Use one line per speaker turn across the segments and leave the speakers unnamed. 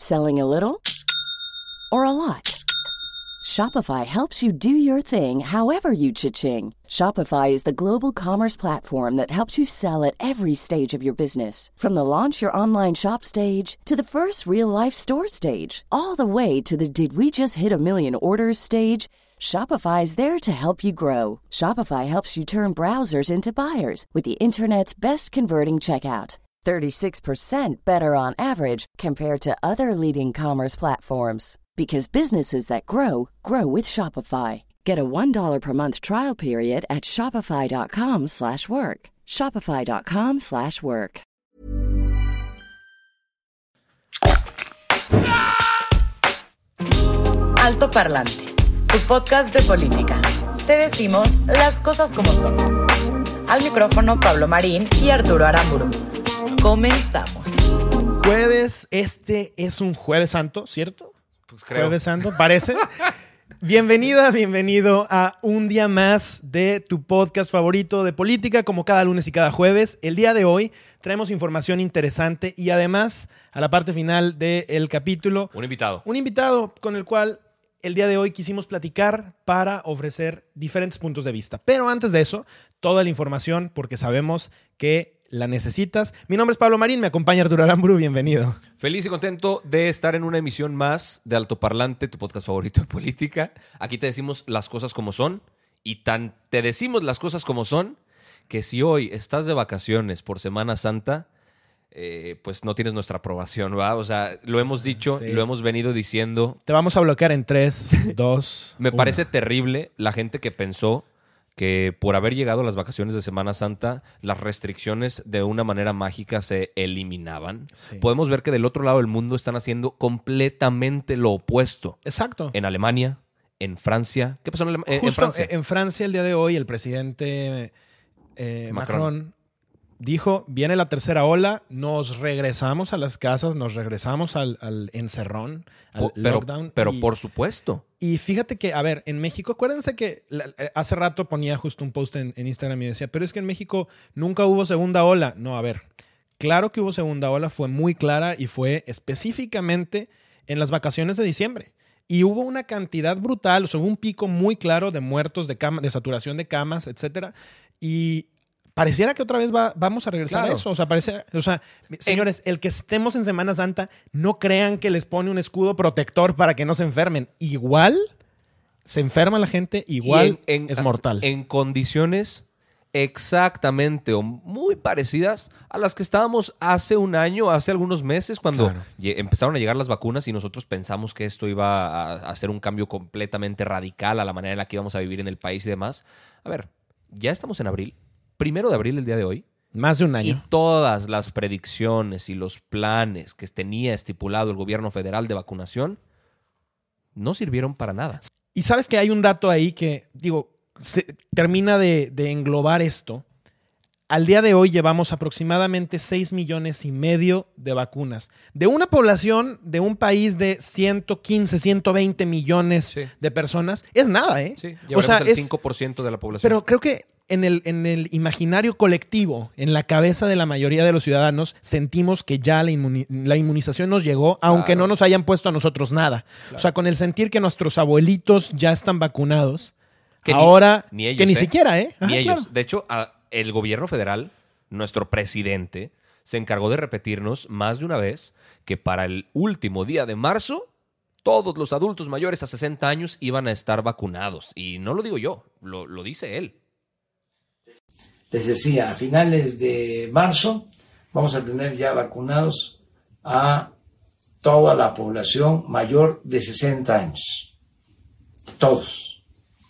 Selling a little or a lot? Shopify helps you do your thing however you cha-ching. Shopify is the global commerce platform that helps you sell at every stage of your business. From the launch your online shop stage to the first real-life store stage, all the way to the did we just hit a million orders stage. Shopify is there to help you grow. Shopify helps you turn browsers into buyers with the internet's best converting checkout. 36% better on average compared to other leading commerce platforms. Because businesses that grow, grow with Shopify. Get a $1 per month trial period at shopify.com/work. Shopify.com/work.
Alto Parlante, tu podcast de política. Te decimos las cosas como son. Al micrófono Pablo Marín y Arturo Aramburu. Comenzamos.
Jueves, este es un jueves santo, ¿cierto?
Pues creo.
Jueves santo, parece. Bienvenida, bienvenido a un día más de tu podcast favorito de política, como cada lunes y cada jueves. El día de hoy traemos información interesante y además, a la parte final del capítulo, un invitado con el cual el día de hoy quisimos platicar para ofrecer diferentes puntos de vista. Pero antes de eso, toda la información, porque sabemos que la necesitas. Mi nombre es Pablo Marín, me acompaña Arturo Aramburu, bienvenido.
Feliz y contento de estar en una emisión más de Alto Parlante, tu podcast favorito de política. Aquí te decimos las cosas como son y tan te decimos las cosas como son que si hoy estás de vacaciones por Semana Santa, pues no tienes nuestra aprobación, ¿va? O sea, lo hemos dicho, sí. Lo hemos venido diciendo.
Te vamos a bloquear en 3, 2,
Me
1.
parece terrible la gente que pensó que por haber llegado a las vacaciones de Semana Santa, las restricciones de una manera mágica se eliminaban. Sí. Podemos ver que del otro lado del mundo están haciendo completamente lo opuesto.
Exacto.
En Alemania, en Francia. ¿Qué pasó en Francia?
En Francia el día de hoy el presidente Macron dijo, viene la tercera ola, nos regresamos a las casas, nos regresamos al encerrón, al lockdown.
Pero por supuesto.
Y fíjate que, a ver, en México, acuérdense que hace rato ponía justo un post en Instagram y decía, pero es que en México nunca hubo segunda ola. No, a ver, claro que hubo segunda ola, fue muy clara y fue específicamente en las vacaciones de diciembre. Y hubo una cantidad brutal, o sea, hubo un pico muy claro de muertos, de saturación de camas, etcétera. Y pareciera que otra vez vamos a regresar a eso. O sea, señores, el que estemos en Semana Santa, no crean que les pone un escudo protector para que no se enfermen. Igual se enferma la gente, igual es mortal.
En condiciones exactamente o muy parecidas a las que estábamos hace un año, hace algunos meses, cuando empezaron a llegar las vacunas y nosotros pensamos que esto iba a hacer un cambio completamente radical a la manera en la que íbamos a vivir en el país y demás. A ver, ya estamos en abril. 1 de abril, el día de hoy.
Más de un año.
Y todas las predicciones y los planes que tenía estipulado el gobierno federal de vacunación no sirvieron para nada.
Y sabes que hay un dato ahí que, termina de englobar esto. Al día de hoy llevamos aproximadamente 6,5 millones de vacunas. De una población de un país de 115, 120 millones de personas, es nada, ¿eh?
Sí, llevaremos el 5% de la población.
Pero creo que en el imaginario colectivo, en la cabeza de la mayoría de los ciudadanos, sentimos que ya la inmunización nos llegó, aunque no nos hayan puesto a nosotros nada. Claro. O sea, con el sentir que nuestros abuelitos ya están vacunados, que ahora ni ellos, que ni siquiera, ¿eh?
Ni ellos. Claro. De hecho, el gobierno federal, nuestro presidente, se encargó de repetirnos más de una vez que para el último día de marzo todos los adultos mayores a 60 años iban a estar vacunados. Y no lo digo yo, lo dice él.
Les decía, a finales de marzo vamos a tener ya vacunados a toda la población mayor de 60 años. Todos.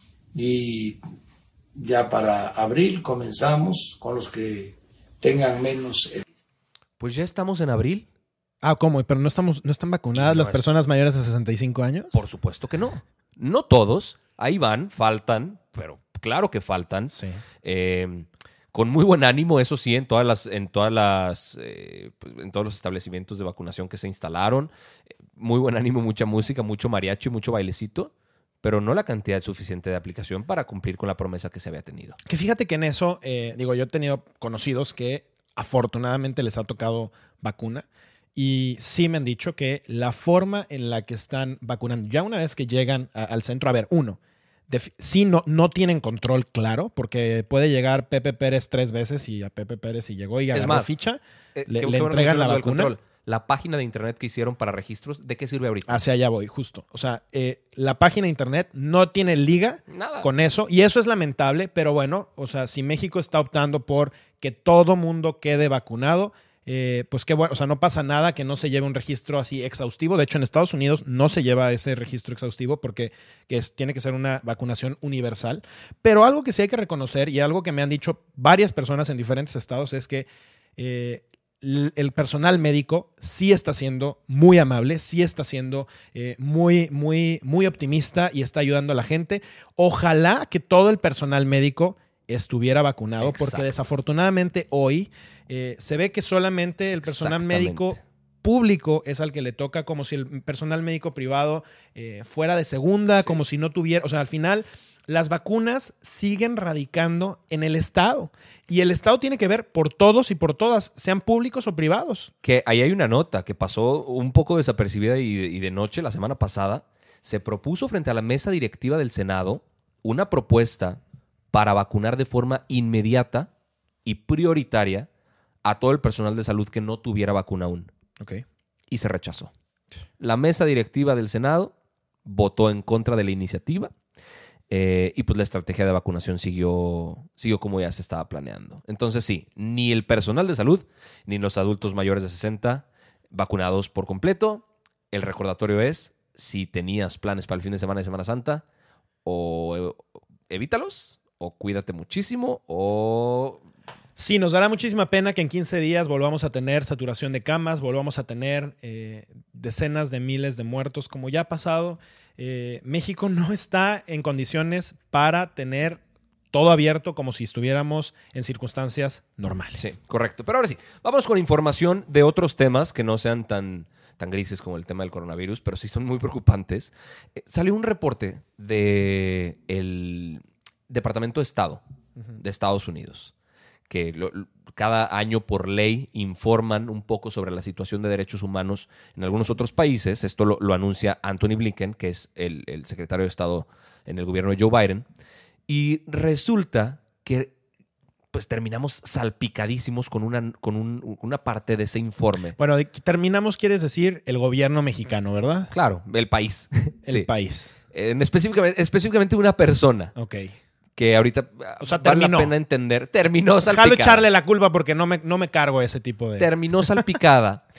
Y ya para abril comenzamos con los que tengan menos.
Pues ya estamos en abril.
¿Cómo? ¿Pero no están vacunadas las personas mayores de 65 años?
Por supuesto que no. No todos. Ahí van, faltan, pero claro que faltan. Sí. Con muy buen ánimo, eso sí, en todos los establecimientos de vacunación que se instalaron. Muy buen ánimo, mucha música, mucho mariachi, mucho bailecito, pero no la cantidad suficiente de aplicación para cumplir con la promesa que se había tenido.
Que fíjate que en eso, yo he tenido conocidos que afortunadamente les ha tocado vacuna Y sí me han dicho que la forma en la que están vacunando, ya una vez que llegan al centro, a ver, sí no tienen control claro, porque puede llegar Pepe Pérez 3 veces y a Pepe Pérez si llegó y agarró ficha, le entregan la vacuna.
La página de internet que hicieron para registros, ¿de qué sirve ahorita?
Hacia allá voy, justo. O sea, la página de internet no tiene liga
Nada
con eso, y eso es lamentable, pero bueno, o sea, si México está optando por que todo mundo quede vacunado, pues qué bueno, o sea, no pasa nada que no se lleve un registro así exhaustivo. De hecho, en Estados Unidos no se lleva ese registro exhaustivo porque tiene que ser una vacunación universal. Pero algo que sí hay que reconocer, y algo que me han dicho varias personas en diferentes estados, es que el personal médico sí está siendo muy amable, sí está siendo muy optimista y está ayudando a la gente. Ojalá que todo el personal médico estuviera vacunado, porque desafortunadamente hoy se ve que solamente el personal médico público es al que le toca, como si el personal médico privado fuera de segunda, como si no tuviera, o sea, al final las vacunas siguen radicando en el Estado, y el Estado tiene que ver por todos y por todas, sean públicos o privados.
Que ahí hay una nota que pasó un poco desapercibida y de noche la semana pasada. Se propuso frente a la mesa directiva del Senado una propuesta para vacunar de forma inmediata y prioritaria a todo el personal de salud que no tuviera vacuna aún.
Okay.
Y se rechazó. La mesa directiva del Senado votó en contra de la iniciativa. Y pues la estrategia de vacunación siguió como ya se estaba planeando. Entonces sí, ni el personal de salud ni los adultos mayores de 60 vacunados por completo. El recordatorio es, si tenías planes para el fin de semana de Semana Santa, o evítalos, o cuídate muchísimo, o...
Sí, nos dará muchísima pena que en 15 días volvamos a tener saturación de camas, volvamos a tener decenas de miles de muertos, como ya ha pasado. México no está en condiciones para tener todo abierto como si estuviéramos en circunstancias normales.
Sí, correcto. Pero ahora sí, vamos con información de otros temas que no sean tan grises como el tema del coronavirus, pero sí son muy preocupantes. Salió un reporte del Departamento de Estado de Estados Unidos, que cada año por ley informan un poco sobre la situación de derechos humanos en algunos otros países. Esto lo anuncia Anthony Blinken, que es el secretario de Estado en el gobierno de Joe Biden. Y resulta que pues terminamos salpicadísimos con una parte de ese informe.
Bueno, terminamos, quieres decir, el gobierno mexicano, ¿verdad?
Claro, el país.
El país.
Específicamente una persona.
Ok.
Que ahorita vale la pena entender. Terminó salpicada.
Déjalo echarle la culpa porque no me cargo ese tipo de...
Terminó salpicada.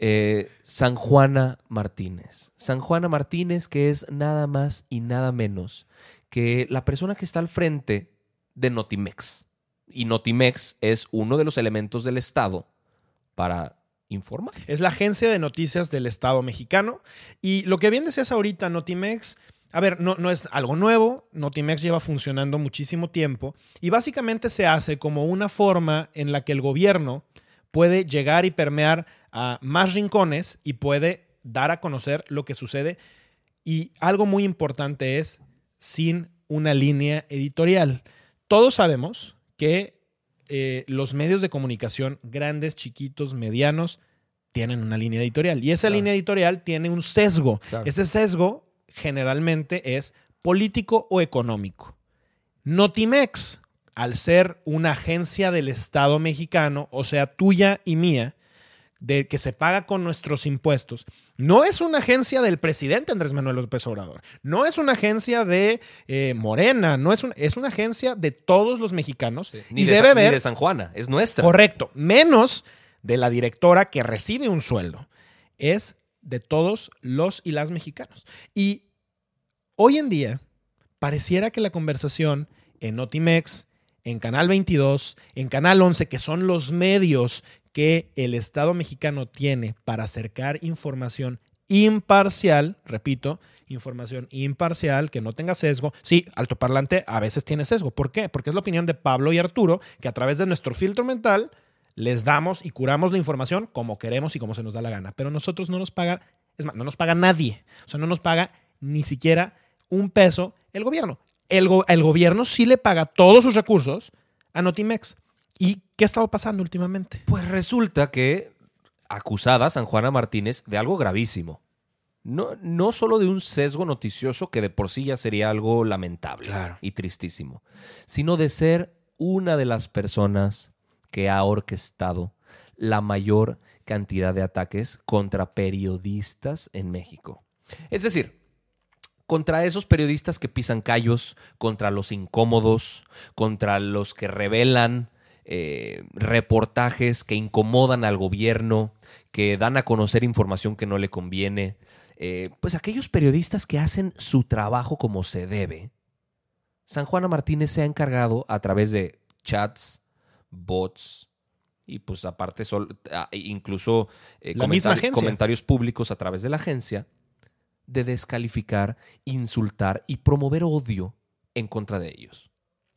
San Juana Martínez. San Juana Martínez, que es nada más y nada menos que la persona que está al frente de Notimex. Y Notimex es uno de los elementos del Estado para informar.
Es la agencia de noticias del Estado mexicano. Y lo que bien decías ahorita, Notimex... A ver, no es algo nuevo. Notimex lleva funcionando muchísimo tiempo y básicamente se hace como una forma en la que el gobierno puede llegar y permear a más rincones y puede dar a conocer lo que sucede. Y algo muy importante es sin una línea editorial. Todos sabemos que los medios de comunicación, grandes, chiquitos, medianos, tienen una línea editorial. Y esa línea editorial tiene un sesgo. Claro. Ese sesgo generalmente es político o económico. Notimex, al ser una agencia del Estado mexicano, o sea, tuya y mía, de que se paga con nuestros impuestos, no es una agencia del presidente Andrés Manuel López Obrador, no es una agencia de Morena, es una agencia de todos los mexicanos.
Sí. Ni de San Juana, es nuestra.
Correcto, menos de la directora que recibe un sueldo. Es de todos los y las mexicanos. Y hoy en día pareciera que la conversación en Notimex, en Canal 22, en Canal 11, que son los medios que el Estado mexicano tiene para acercar información imparcial, repito, información imparcial, que no tenga sesgo. Sí, altoparlante a veces tiene sesgo. ¿Por qué? Porque es la opinión de Pablo y Arturo, que a través de nuestro filtro mental les damos y curamos la información como queremos y como se nos da la gana. Pero nosotros no nos paga, es más, no nos paga nadie. O sea, no nos paga ni siquiera un peso el gobierno. El gobierno sí le paga todos sus recursos a Notimex. ¿Y qué ha estado pasando últimamente?
Pues resulta que acusada, San Juana Martínez, de algo gravísimo. No solo de un sesgo noticioso que de por sí ya sería algo lamentable y tristísimo, sino de ser una de las personas que ha orquestado la mayor cantidad de ataques contra periodistas en México. Es decir, contra esos periodistas que pisan callos, contra los incómodos, contra los que revelan reportajes que incomodan al gobierno, que dan a conocer información que no le conviene. Pues aquellos periodistas que hacen su trabajo como se debe. San Juana Martínez se ha encargado a través de chats, bots y pues aparte incluso comentarios públicos a través de la agencia de descalificar, insultar y promover odio en contra de ellos.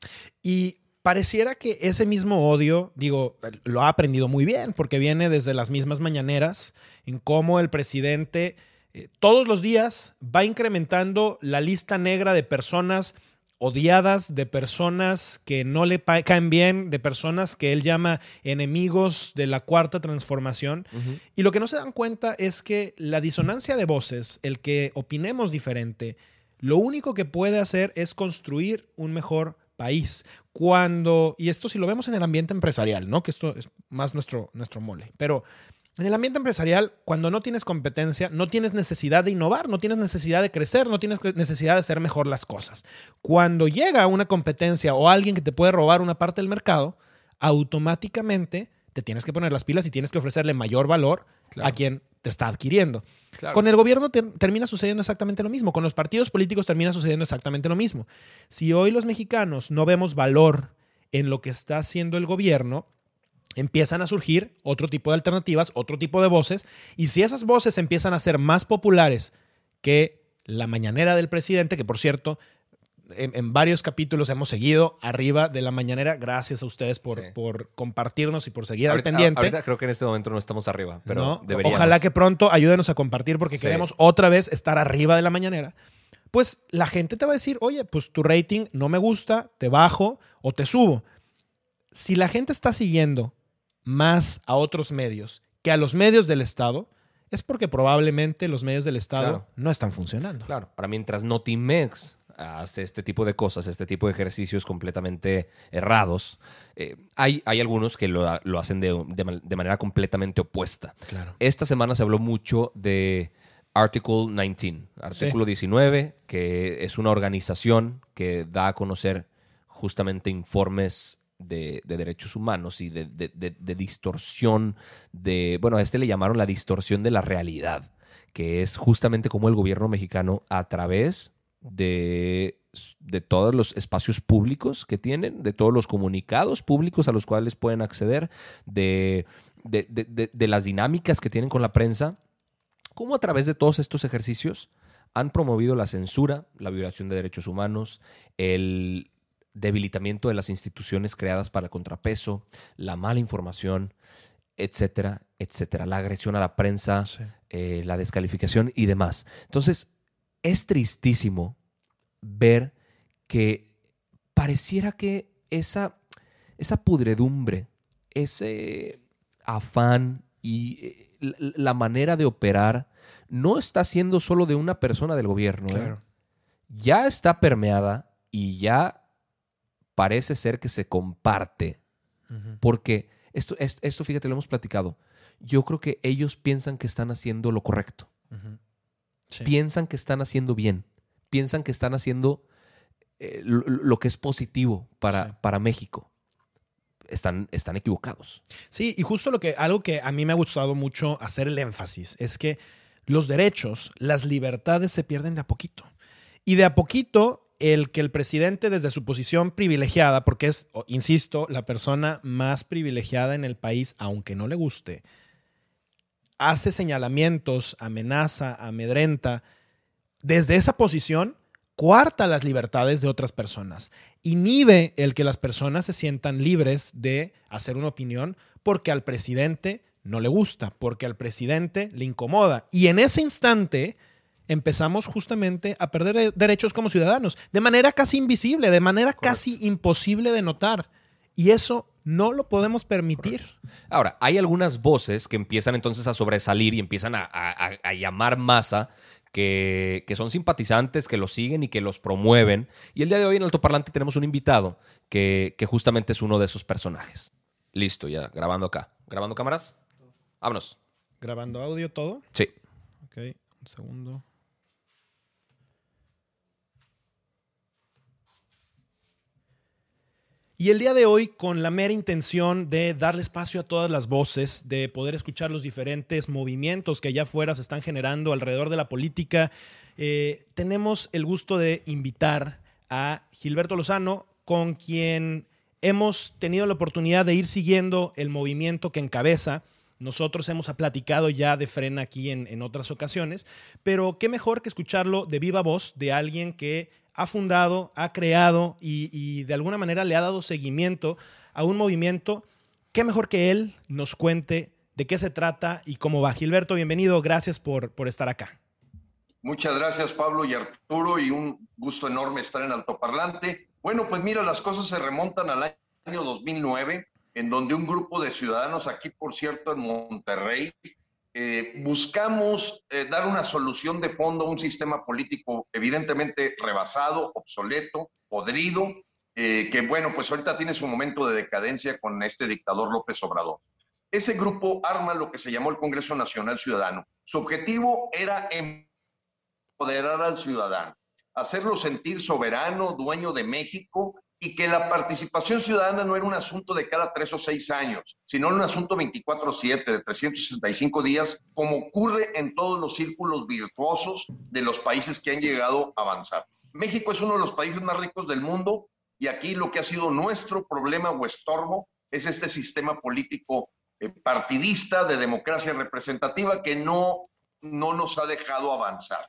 Y pareciera que ese mismo odio, lo ha aprendido muy bien porque viene desde las mismas mañaneras en cómo el presidente todos los días va incrementando la lista negra de personas odiadas, de personas que no le caen bien, de personas que él llama enemigos de la cuarta transformación. Uh-huh. Y lo que no se dan cuenta es que la disonancia de voces, el que opinemos diferente, lo único que puede hacer es construir un mejor país. Y esto si lo vemos en el ambiente empresarial, ¿no? Que esto es más nuestro mole. Pero en el ambiente empresarial, cuando no tienes competencia, no tienes necesidad de innovar, no tienes necesidad de crecer, no tienes necesidad de hacer mejor las cosas. Cuando llega una competencia o alguien que te puede robar una parte del mercado, automáticamente te tienes que poner las pilas y tienes que ofrecerle mayor valor a quien te está adquiriendo. Claro. Con el gobierno termina sucediendo exactamente lo mismo. Con los partidos políticos termina sucediendo exactamente lo mismo. Si hoy los mexicanos no vemos valor en lo que está haciendo el gobierno, empiezan a surgir otro tipo de alternativas, otro tipo de voces, y si esas voces empiezan a ser más populares que la mañanera del presidente, que por cierto, en varios capítulos hemos seguido arriba de la mañanera, gracias a ustedes por compartirnos y por seguir al pendiente.
Ahorita creo que en este momento no estamos arriba, pero ¿no? Deberíamos.
Ojalá que pronto ayúdenos a compartir porque queremos otra vez estar arriba de la mañanera. Pues la gente te va a decir, oye, pues tu rating no me gusta, te bajo o te subo. Si la gente está siguiendo más a otros medios que a los medios del Estado, es porque probablemente los medios del Estado no están funcionando.
Claro. Ahora, mientras Notimex hace este tipo de cosas, este tipo de ejercicios completamente errados, hay algunos que lo hacen de manera completamente opuesta. Claro. Esta semana se habló mucho de Article 19, que es una organización que da a conocer justamente informes de derechos humanos y de distorsión a este le llamaron la distorsión de la realidad, que es justamente como el gobierno mexicano a través de todos los espacios públicos que tienen, de todos los comunicados públicos a los cuales pueden acceder, de las dinámicas que tienen con la prensa, cómo a través de todos estos ejercicios han promovido la censura, la violación de derechos humanos, el debilitamiento de las instituciones creadas para el contrapeso, la mala información, etcétera, etcétera, la agresión a la prensa, la descalificación y demás. Entonces, es tristísimo ver que pareciera que esa pudredumbre, ese afán y la manera de operar no está siendo solo de una persona del gobierno. Claro. Ya está permeada y ya parece ser que se comparte. Uh-huh. Porque esto, fíjate, lo hemos platicado. Yo creo que ellos piensan que están haciendo lo correcto. Uh-huh. Sí. Piensan que están haciendo bien. Piensan que están haciendo lo que es positivo para México. Están equivocados.
Sí, y justo algo que a mí me ha gustado mucho hacer el énfasis es que los derechos, las libertades se pierden de a poquito. Y de a poquito el que el presidente desde su posición privilegiada, porque es, insisto, la persona más privilegiada en el país, aunque no le guste, hace señalamientos, amenaza, amedrenta, desde esa posición coarta las libertades de otras personas, inhibe el que las personas se sientan libres de hacer una opinión porque al presidente no le gusta, porque al presidente le incomoda. Y en ese instante empezamos justamente a perder derechos como ciudadanos, de manera casi invisible, de manera casi imposible de notar. Y eso no lo podemos permitir.
Ahora, hay algunas voces que empiezan entonces a sobresalir y empiezan a llamar masa, que son simpatizantes, que los siguen y que los promueven. Y el día de hoy en Altoparlante tenemos un invitado que justamente es uno de esos personajes. Listo, ya grabando acá. ¿Grabando cámaras? Vámonos.
¿Grabando audio todo?
Sí.
Ok, un segundo. Y el día de hoy, con la mera intención de darle espacio a todas las voces, de poder escuchar los diferentes movimientos que allá afuera se están generando alrededor de la política, tenemos el gusto de invitar a Gilberto Lozano, con quien hemos tenido la oportunidad de ir siguiendo el movimiento que encabeza. Nosotros hemos platicado ya de Frena aquí en otras ocasiones, pero qué mejor que escucharlo de viva voz de alguien que ha fundado, ha creado y de alguna manera le ha dado seguimiento a un movimiento. Qué mejor que él nos cuente de qué se trata y cómo va. Gilberto, bienvenido. Gracias por estar acá.
Muchas gracias, Pablo y Arturo, y un gusto enorme estar en Altoparlante. Bueno, pues mira, las cosas se remontan al año 2009, en donde un grupo de ciudadanos, aquí por cierto en Monterrey, buscamos dar una solución de fondo a un sistema político evidentemente rebasado, obsoleto, podrido, que bueno, pues ahorita tiene su momento de decadencia con este dictador López Obrador. Ese grupo arma lo que se llamó el Congreso Nacional Ciudadano. Su objetivo era empoderar al ciudadano, hacerlo sentir soberano, dueño de México, y que la participación ciudadana no era un asunto de cada 3 o 6 años, sino un asunto 24/7, de 365 días, como ocurre en todos los círculos virtuosos de los países que han llegado a avanzar. México es uno de los países más ricos del mundo, y aquí lo que ha sido nuestro problema o estorbo es este sistema político partidista de democracia representativa que no nos ha dejado avanzar.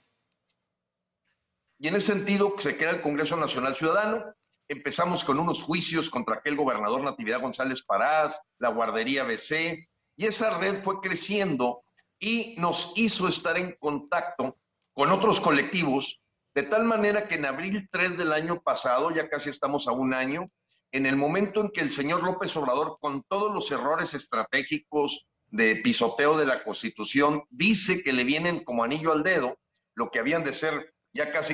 Y en ese sentido se crea el Congreso Nacional Ciudadano. Empezamos con unos juicios contra aquel gobernador Natividad González Parás, la guardería BC, y esa red fue creciendo y nos hizo estar en contacto con otros colectivos, de tal manera que en abril 3 del año pasado, ya casi estamos a un año, en el momento en que el señor López Obrador, con todos los errores estratégicos de pisoteo de la Constitución, dice que le vienen como anillo al dedo, lo que habían de ser ya casi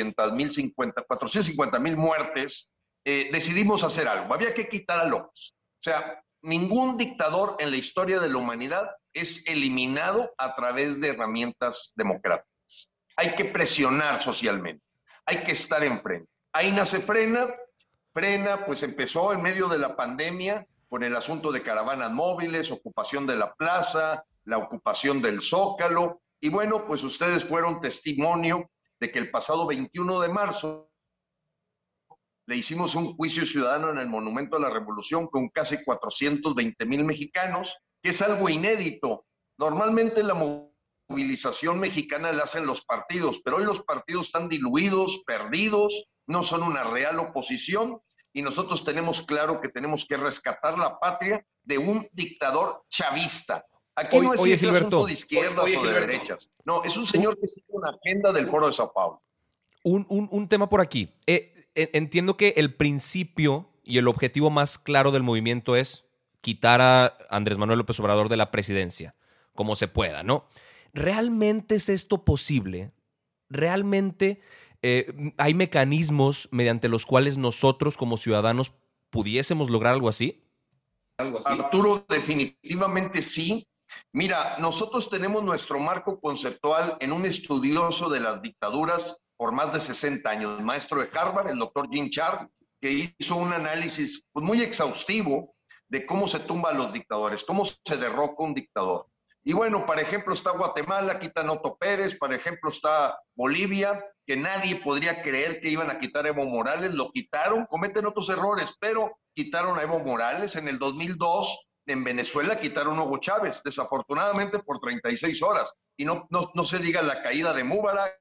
450,000 muertes, decidimos hacer algo. Había que quitar a López. O sea, ningún dictador en la historia de la humanidad es eliminado a través de herramientas democráticas. Hay que presionar socialmente, hay que estar enfrente. Ahí nace Frena. Frena pues empezó en medio de la pandemia con el asunto de caravanas móviles, ocupación de la plaza, la ocupación del Zócalo, y bueno, pues ustedes fueron testimonio de que el pasado 21 de marzo le hicimos un juicio ciudadano en el Monumento a la Revolución con casi 420,000 mexicanos, que es algo inédito. Normalmente la movilización mexicana la hacen los partidos, pero hoy los partidos están diluidos, perdidos, no son una real oposición, y nosotros tenemos claro que tenemos que rescatar la patria de un dictador chavista. Aquí no es ese asunto de izquierdas o de derechas. No, es un señor que sigue una agenda del Foro de Sao Paulo.
Un tema por aquí. Entiendo que el principio y el objetivo más claro del movimiento es quitar a Andrés Manuel López Obrador de la presidencia, como se pueda, ¿no? ¿Realmente es esto posible? ¿Realmente hay mecanismos mediante los cuales nosotros como ciudadanos pudiésemos lograr algo así?
Arturo, definitivamente sí. Mira, nosotros tenemos nuestro marco conceptual en un estudioso de las dictaduras por más de 60 años, el maestro de Harvard, el doctor Jim Sharp, que hizo un análisis pues, muy exhaustivo de cómo se tumban los dictadores, cómo se derroca un dictador. Y bueno, por ejemplo, está Guatemala, quitan a Otto Pérez, por ejemplo, está Bolivia, que nadie podría creer que iban a quitar a Evo Morales, lo quitaron, cometen otros errores, pero quitaron a Evo Morales. En el 2002, en Venezuela, quitaron a Hugo Chávez, desafortunadamente por 36 horas. Y no se diga la caída de Mubarak,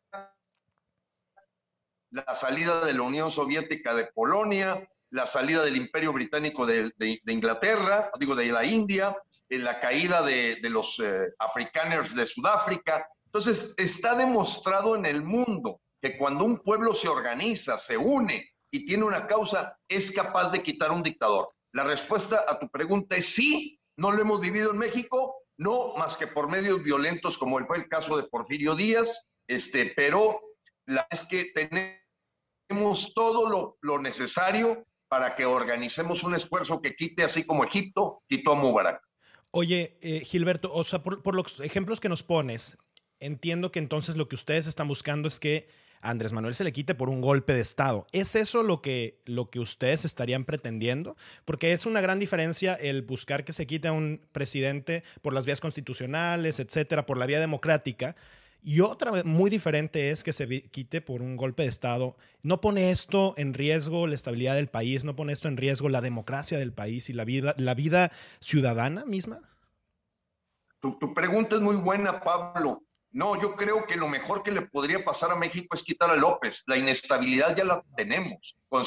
la salida de la Unión Soviética de Polonia, la salida del Imperio Británico de Inglaterra, digo, de la India, la caída de los afrikaners de Sudáfrica. Entonces, está demostrado en el mundo que cuando un pueblo se organiza, se une y tiene una causa, es capaz de quitar un dictador. La respuesta a tu pregunta es sí, no lo hemos vivido en México, no más que por medios violentos como fue el caso de Porfirio Díaz, pero es que tenemos todo lo necesario para que organicemos un esfuerzo que quite, así como Egipto quitó a Mubarak.
Oye, Gilberto, o sea, por los ejemplos que nos pones, entiendo que entonces lo que ustedes están buscando es que a Andrés Manuel se le quite por un golpe de Estado. ¿Es eso lo que ustedes estarían pretendiendo? Porque es una gran diferencia el buscar que se quite a un presidente por las vías constitucionales, etcétera, por la vía democrática. Y otra muy diferente es que se quite por un golpe de Estado. ¿No pone esto en riesgo la estabilidad del país? ¿No pone esto en riesgo la democracia del país y la vida ciudadana misma?
Tu pregunta es muy buena, Pablo. No, yo creo que lo mejor que le podría pasar a México es quitar a López. La inestabilidad ya la tenemos, con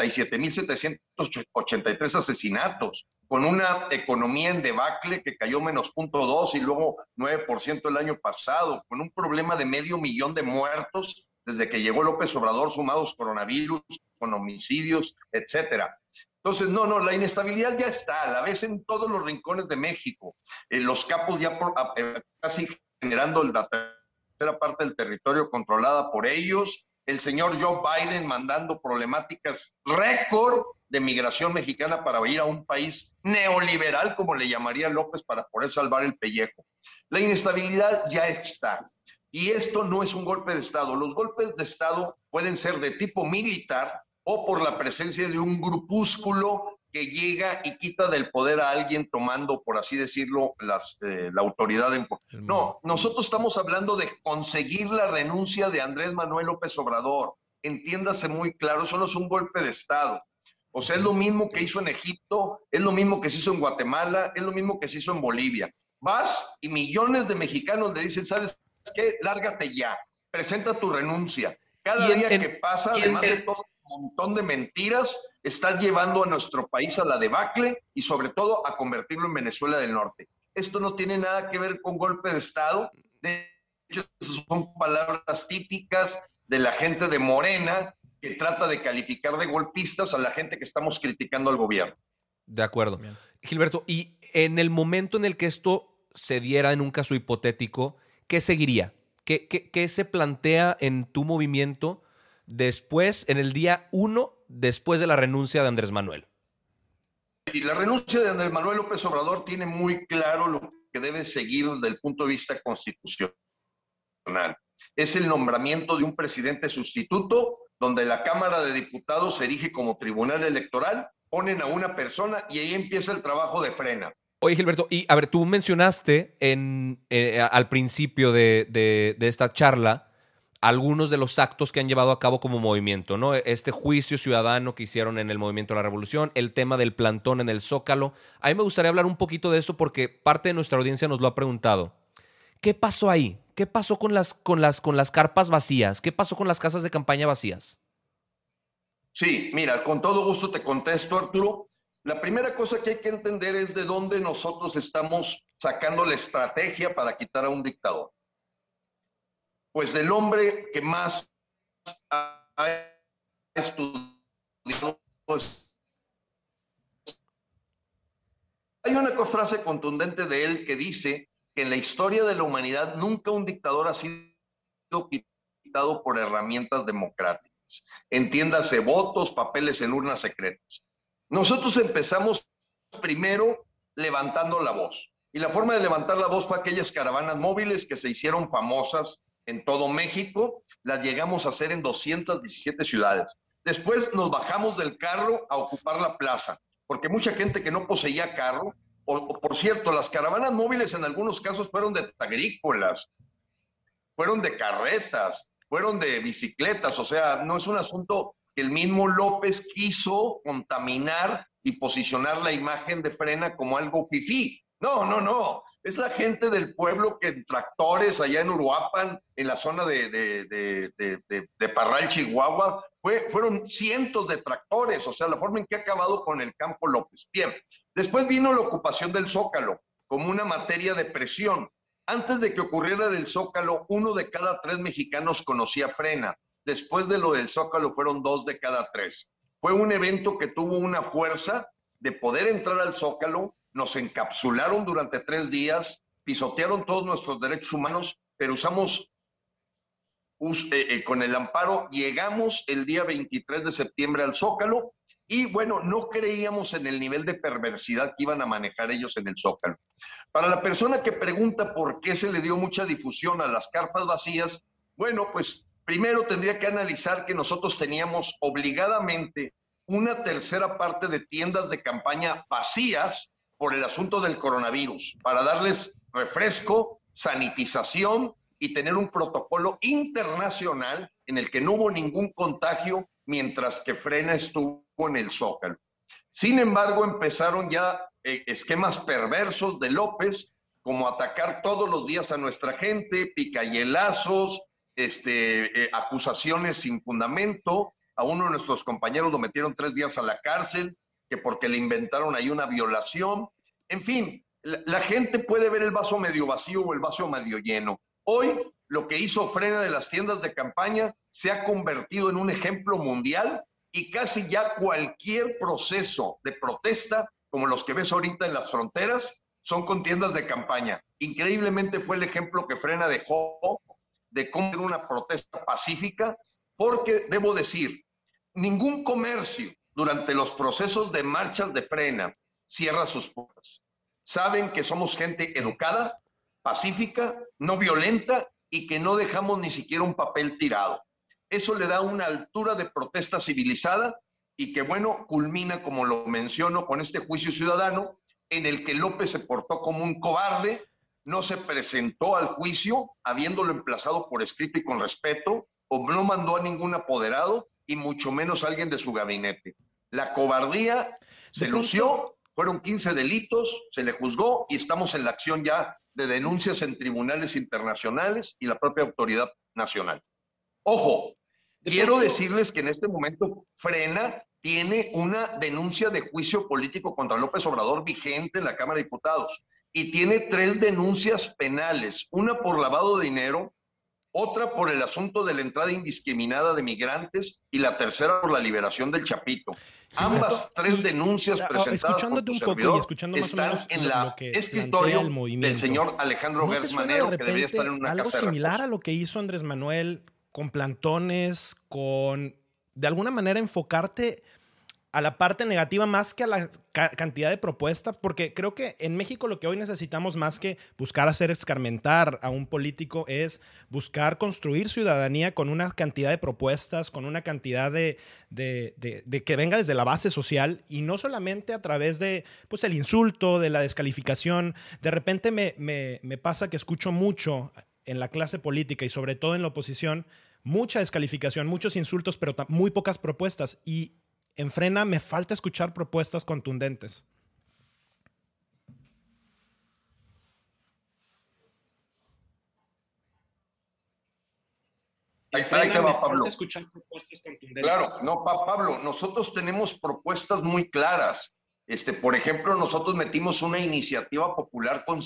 77,783 asesinatos, con una economía en debacle que cayó menos 0,2 y luego 9% el año pasado, con un problema de 500,000 de muertos desde que llegó López Obrador, sumados coronavirus, con homicidios, etcétera. Entonces, no, la inestabilidad ya está, la ves en todos los rincones de México. Los capos ya casi generando la tercera parte del territorio controlada por ellos, el señor Joe Biden mandando problemáticas récord de migración mexicana para ir a un país neoliberal, como le llamaría López, para poder salvar el pellejo. La inestabilidad ya está. Y esto no es un golpe de Estado. Los golpes de Estado pueden ser de tipo militar o por la presencia de un grupúsculo que llega y quita del poder a alguien tomando, por así decirlo, la autoridad. No, nosotros estamos hablando de conseguir la renuncia de Andrés Manuel López Obrador. Entiéndase muy claro, eso no es un golpe de Estado. O sea, es lo mismo que hizo en Egipto, es lo mismo que se hizo en Guatemala, es lo mismo que se hizo en Bolivia. Vas y millones de mexicanos le dicen, ¿sabes qué? Lárgate ya, presenta tu renuncia. Cada día que pasa, además de todo un montón de mentiras, estás llevando a nuestro país a la debacle y sobre todo a convertirlo en Venezuela del Norte. Esto no tiene nada que ver con golpe de Estado. De hecho, son palabras típicas de la gente de Morena que trata de calificar de golpistas a la gente que estamos criticando al gobierno.
De acuerdo. Bien. Gilberto, y en el momento en el que esto se diera en un caso hipotético, ¿qué seguiría? ¿Qué se plantea en tu movimiento después, en el día 1, después de la renuncia de Andrés Manuel?
Y la renuncia de Andrés Manuel López Obrador tiene muy claro lo que debe seguir desde el punto de vista constitucional. Es el nombramiento de un presidente sustituto, donde la Cámara de Diputados se erige como tribunal electoral, ponen a una persona y ahí empieza el trabajo de frena.
Oye, Gilberto, y a ver, tú mencionaste al principio de esta charla algunos de los actos que han llevado a cabo como movimiento, ¿no? Este juicio ciudadano que hicieron en el Movimiento de la Revolución, el tema del plantón en el Zócalo. A mí me gustaría hablar un poquito de eso porque parte de nuestra audiencia nos lo ha preguntado. ¿Qué pasó ahí? ¿Qué pasó con las carpas vacías? ¿Qué pasó con las casas de campaña vacías?
Sí, mira, con todo gusto te contesto, Arturo. La primera cosa que hay que entender es de dónde nosotros estamos sacando la estrategia para quitar a un dictador. Pues del hombre que más ha estudiado. Hay una frase contundente de él que dice que en la historia de la humanidad nunca un dictador ha sido quitado por herramientas democráticas. Entiéndase, votos, papeles en urnas secretas. Nosotros empezamos primero levantando la voz. Y la forma de levantar la voz fue aquellas caravanas móviles que se hicieron famosas en todo México. Las llegamos a hacer en 217 ciudades. Después nos bajamos del carro a ocupar la plaza, porque mucha gente que no poseía carro, o por cierto, las caravanas móviles en algunos casos fueron de agrícolas, fueron de carretas, fueron de bicicletas, o sea, no es un asunto que el mismo López quiso contaminar y posicionar la imagen de Frena como algo fifí. No, es la gente del pueblo que en tractores allá en Uruapan, en la zona de Parral, Chihuahua, fueron cientos de tractores, o sea, la forma en que ha acabado con el campo López. Bien, después vino la ocupación del Zócalo como una materia de presión. Antes de que ocurriera del Zócalo, 1 de cada 3 mexicanos conocía Frena. Después de lo del Zócalo fueron 2 de cada 3. Fue un evento que tuvo una fuerza de poder entrar al Zócalo, nos encapsularon durante 3 días, pisotearon todos nuestros derechos humanos, pero usamos con el amparo, llegamos el día 23 de septiembre al Zócalo y bueno, no creíamos en el nivel de perversidad que iban a manejar ellos en el Zócalo. Para la persona que pregunta por qué se le dio mucha difusión a las carpas vacías, bueno, pues primero tendría que analizar que nosotros teníamos obligadamente una tercera parte de tiendas de campaña vacías por el asunto del coronavirus, para darles refresco, sanitización y tener un protocolo internacional en el que no hubo ningún contagio mientras que Frena estuvo en el Zócalo. Sin embargo, empezaron ya esquemas perversos de López, como atacar todos los días a nuestra gente, picayelazos, acusaciones sin fundamento. A uno de nuestros compañeros lo metieron 3 días a la cárcel, que porque le inventaron ahí una violación. En fin, la gente puede ver el vaso medio vacío o el vaso medio lleno. Hoy, lo que hizo Frena de las tiendas de campaña se ha convertido en un ejemplo mundial y casi ya cualquier proceso de protesta, como los que ves ahorita en las fronteras, son con tiendas de campaña. Increíblemente fue el ejemplo que Frena dejó de cómo era una protesta pacífica, porque debo decir, ningún comercio durante los procesos de marchas de Frena cierra sus puertas. Saben que somos gente educada, pacífica, no violenta y que no dejamos ni siquiera un papel tirado. Eso le da una altura de protesta civilizada y que, bueno, culmina, como lo menciono, con este juicio ciudadano en el que López se portó como un cobarde, no se presentó al juicio habiéndolo emplazado por escrito y con respeto, o no mandó a ningún apoderado y mucho menos a alguien de su gabinete. La cobardía se lució, fueron 15 delitos, se le juzgó y estamos en la acción ya de denuncias en tribunales internacionales y la propia autoridad nacional. Ojo, quiero decirles que en este momento Frena tiene una denuncia de juicio político contra López Obrador vigente en la Cámara de Diputados y tiene 3 denuncias penales, una por lavado de dinero, otra por el asunto de la entrada indiscriminada de migrantes y la tercera por la liberación del Chapito. Sí, ambas 3 denuncias presentadas por tu servidor están en la escritorio del señor Alejandro Gertz Manero, que debería estar en una
algo
casa
similar a lo que hizo Andrés Manuel con plantones, con de alguna manera enfocarte a la parte negativa más que a la cantidad de propuestas, porque creo que en México lo que hoy necesitamos más que buscar hacer escarmentar a un político es buscar construir ciudadanía con una cantidad de propuestas, con una cantidad de que venga desde la base social y no solamente a través de pues, el insulto, de la descalificación. De repente me pasa que escucho mucho en la clase política y sobre todo en la oposición, mucha descalificación, muchos insultos, pero muy pocas propuestas. Y en Frena me falta escuchar propuestas contundentes.
Ahí te va, Pablo. Claro, no, Pablo, nosotros tenemos propuestas muy claras. Por ejemplo, nosotros metimos una iniciativa popular con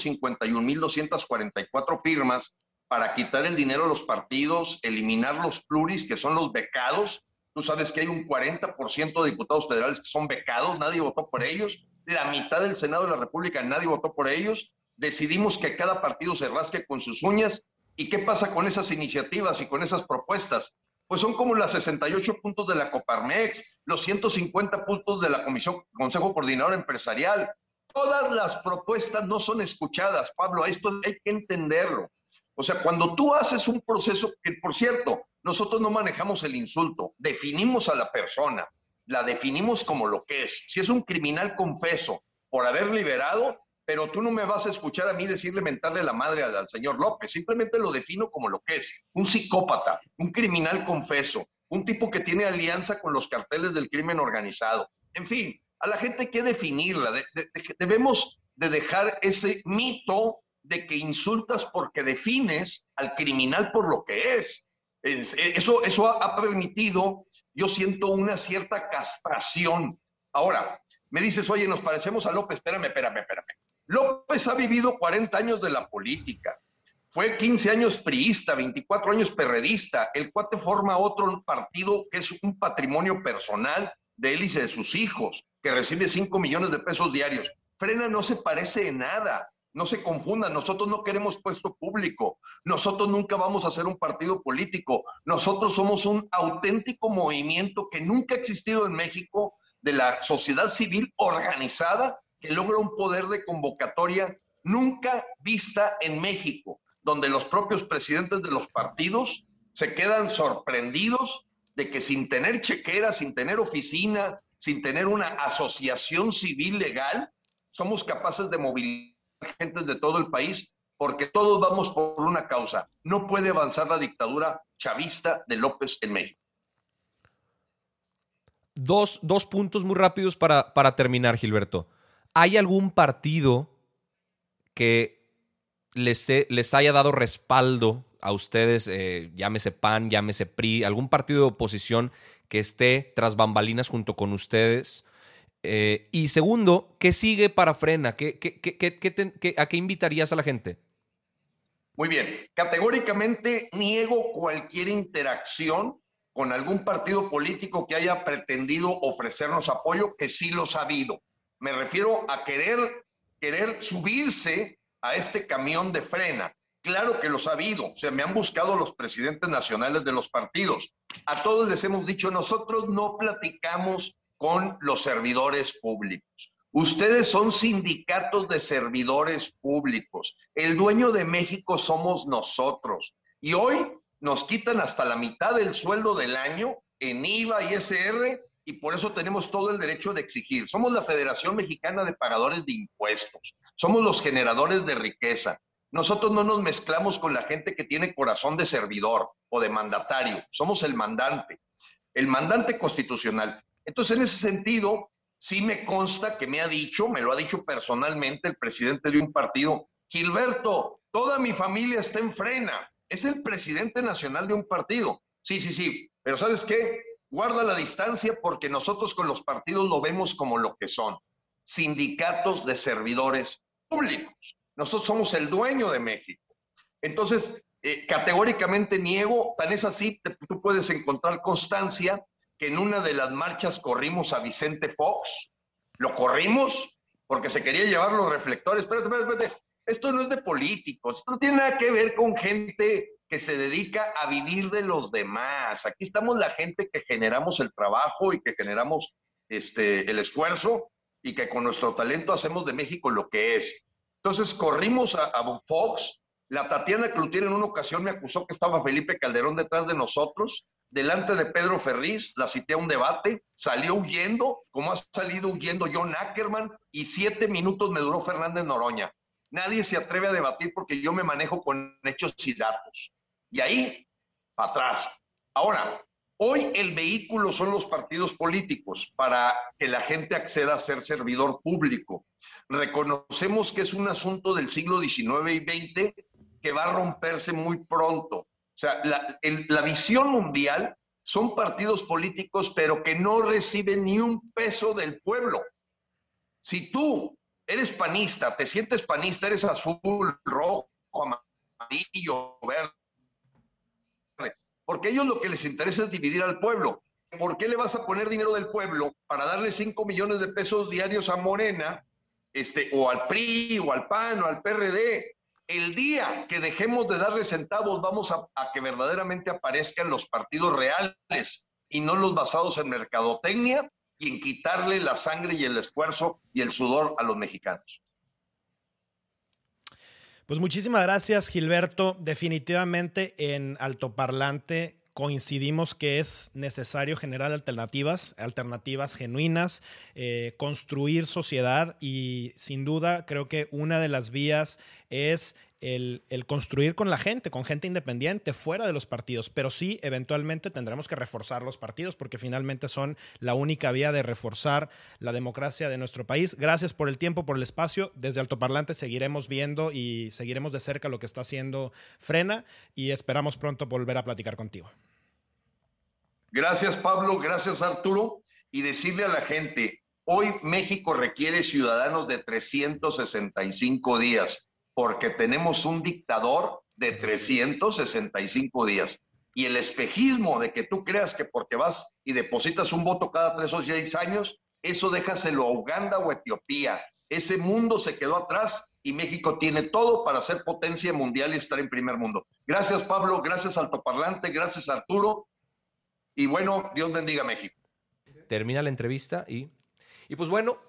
151,244 firmas para quitar el dinero a los partidos, eliminar los pluris, que son los becados. Tú sabes que hay un 40% de diputados federales que son becados, nadie votó por ellos. La mitad del Senado de la República, nadie votó por ellos. Decidimos que cada partido se rasque con sus uñas. ¿Y qué pasa con esas iniciativas y con esas propuestas? Pues son como los 68 puntos de la Coparmex, los 150 puntos de la Consejo Coordinador Empresarial. Todas las propuestas no son escuchadas, Pablo, esto hay que entenderlo. O sea, cuando tú haces un proceso, que por cierto, nosotros no manejamos el insulto, definimos a la persona, la definimos como lo que es. Si es un criminal, confeso, por haber liberado, pero tú no me vas a escuchar a mí decirle mentarle la madre al señor López, simplemente lo defino como lo que es, un psicópata, un criminal confeso, un tipo que tiene alianza con los carteles del crimen organizado. En fin, a la gente hay que definirla, debemos de dejar ese mito de que insultas porque defines al criminal por lo que es. Eso ha permitido, yo siento una cierta castración. Ahora, me dices, oye, nos parecemos a López, espérame. López ha vivido 40 años de la política, fue 15 años priista, 24 años perredista, el cuate forma otro partido que es un patrimonio personal de él y de sus hijos, que recibe 5 millones de pesos diarios. Frena no se parece en nada. No se confundan, nosotros no queremos puesto público, nosotros nunca vamos a ser un partido político, nosotros somos un auténtico movimiento que nunca ha existido en México, de la sociedad civil organizada, que logra un poder de convocatoria nunca vista en México, donde los propios presidentes de los partidos se quedan sorprendidos de que sin tener chequera, sin tener oficina, sin tener una asociación civil legal, somos capaces de movilizar gentes de todo el país, porque todos vamos por una causa. No puede avanzar la dictadura chavista de López en México.
Dos puntos muy rápidos para terminar, Gilberto. ¿Hay algún partido que les haya dado respaldo a ustedes, llámese PAN, llámese PRI, algún partido de oposición que esté tras bambalinas junto con ustedes? Y segundo, ¿qué sigue para Frena? ¿A qué invitarías a la gente?
Muy bien. Categóricamente niego cualquier interacción con algún partido político que haya pretendido ofrecernos apoyo, que sí los ha habido. Me refiero a querer subirse a este camión de Frena. Claro que los ha habido. O sea, me han buscado los presidentes nacionales de los partidos. A todos les hemos dicho, nosotros no platicamos con los servidores públicos. Ustedes son sindicatos de servidores públicos. El dueño de México somos nosotros. Y hoy nos quitan hasta la mitad del sueldo del año en IVA y ISR, y por eso tenemos todo el derecho de exigir. Somos la Federación Mexicana de Pagadores de Impuestos. Somos los generadores de riqueza. Nosotros no nos mezclamos con la gente que tiene corazón de servidor o de mandatario. Somos el mandante constitucional. Entonces, en ese sentido, sí me consta que me lo ha dicho personalmente el presidente de un partido, Gilberto, toda mi familia está en Frena. Es el presidente nacional de un partido. Sí, pero ¿sabes qué? Guarda la distancia, porque nosotros con los partidos lo vemos como lo que son, sindicatos de servidores públicos. Nosotros somos el dueño de México. Entonces, categóricamente niego, tan es así, tú puedes encontrar constancia que en una de las marchas corrimos a Vicente Fox. Lo corrimos porque se quería llevar los reflectores. Espérate. Esto no es de políticos, esto no tiene nada que ver con gente que se dedica a vivir de los demás. Aquí estamos la gente que generamos el trabajo y que generamos el esfuerzo y que con nuestro talento hacemos de México lo que es. Entonces corrimos a Fox. La Tatiana Cloutier en una ocasión me acusó que estaba Felipe Calderón detrás de nosotros. Delante de Pedro Ferriz, la cité a un debate, salió huyendo, como ha salido huyendo John Ackerman, y 7 minutos me duró Fernández Noroña. Nadie se atreve a debatir porque yo me manejo con hechos y datos. Y ahí, para atrás. Ahora, hoy el vehículo son los partidos políticos para que la gente acceda a ser servidor público. Reconocemos que es un asunto del siglo XIX y XX que va a romperse muy pronto. O sea, la visión mundial son partidos políticos, pero que no reciben ni un peso del pueblo. Si tú eres panista, te sientes panista, eres azul, rojo, amarillo, verde, porque a ellos lo que les interesa es dividir al pueblo. ¿Por qué le vas a poner dinero del pueblo para darle 5 millones de pesos diarios a Morena, o al PRI, o al PAN, o al PRD? El día que dejemos de darle centavos, vamos a que verdaderamente aparezcan los partidos reales y no los basados en mercadotecnia y en quitarle la sangre y el esfuerzo y el sudor a los mexicanos.
Pues muchísimas gracias, Gilberto. Definitivamente en Altoparlante coincidimos que es necesario generar alternativas genuinas, construir sociedad, y sin duda creo que una de las vías es el construir con la gente, con gente independiente, fuera de los partidos. Pero sí, eventualmente tendremos que reforzar los partidos porque finalmente son la única vía de reforzar la democracia de nuestro país. Gracias por el tiempo, por el espacio. Desde Altoparlante seguiremos viendo y seguiremos de cerca lo que está haciendo Frena y esperamos pronto volver a platicar contigo.
Gracias, Pablo. Gracias, Arturo. Y decirle a la gente, hoy México requiere ciudadanos de 365 días, porque tenemos un dictador de 365 días. Y el espejismo de que tú creas que porque vas y depositas un voto cada 3 o 6 años, eso déjaselo a Uganda o Etiopía. Ese mundo se quedó atrás y México tiene todo para ser potencia mundial y estar en primer mundo. Gracias, Pablo, gracias, Altoparlante, gracias, Arturo. Y bueno, Dios bendiga a México.
Termina la entrevista y pues bueno,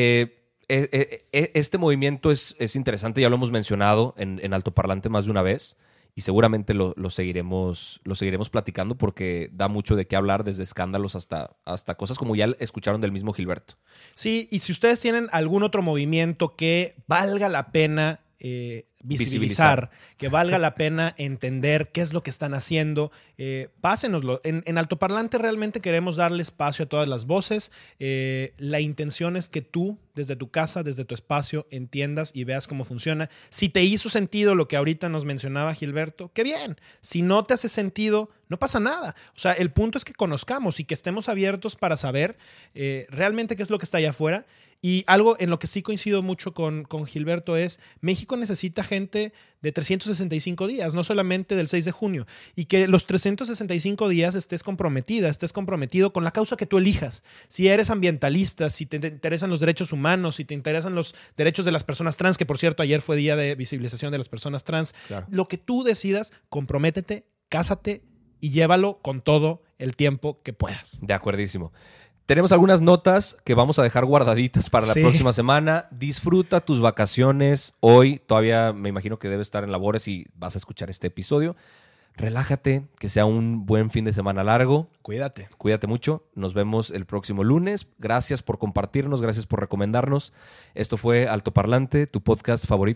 este movimiento es interesante, ya lo hemos mencionado en Altoparlante más de una vez. Y seguramente lo seguiremos platicando porque da mucho de qué hablar, desde escándalos hasta cosas como ya escucharon del mismo Gilberto.
Sí, y si ustedes tienen algún otro movimiento que valga la pena visibilizar, que valga la pena entender qué es lo que están haciendo, pásenoslo. En Altoparlante realmente queremos darle espacio a todas las voces. La intención es que tú, desde tu casa, desde tu espacio, entiendas y veas cómo funciona. Si te hizo sentido lo que ahorita nos mencionaba Gilberto, qué bien. Si no te hace sentido, no pasa nada. O sea, el punto es que conozcamos y que estemos abiertos para saber realmente qué es lo que está allá afuera. Y algo en lo que sí coincido mucho con Gilberto es México necesita gente de 365 días, no solamente del 6 de junio. Y que los 365 días estés comprometido con la causa que tú elijas. Si eres ambientalista, si te interesan los derechos humanos, si te interesan los derechos de las personas trans, que por cierto ayer fue día de visibilización de las personas trans, claro. Lo que tú decidas, comprométete, cásate y llévalo con todo el tiempo que puedas.
De acuerdísimo. Tenemos algunas notas que vamos a dejar guardaditas para la próxima semana. Disfruta tus vacaciones. Hoy todavía me imagino que debes estar en labores y vas a escuchar este episodio. Relájate, que sea un buen fin de semana largo.
Cuídate
mucho. Nos vemos el próximo lunes. Gracias por compartirnos, gracias por recomendarnos. Esto fue Altoparlante, tu podcast favorito.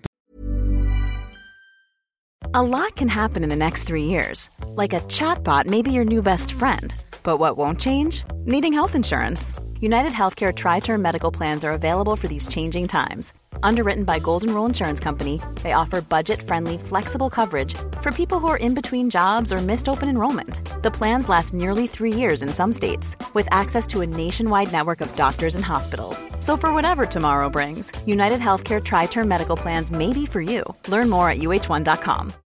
A lot can happen in the next 3 years. Like a chatbot may be your new best friend. But what won't change? Needing health insurance. United Healthcare Tri-Term Medical Plans are available for these changing times. Underwritten by Golden Rule Insurance Company, they offer budget-friendly, flexible coverage for people who are in between jobs or missed open enrollment. The plans last nearly 3 years in some states, with access to a nationwide network of doctors and hospitals. So for whatever tomorrow brings, United Healthcare Tri-Term Medical Plans may be for you. Learn more at uh1.com.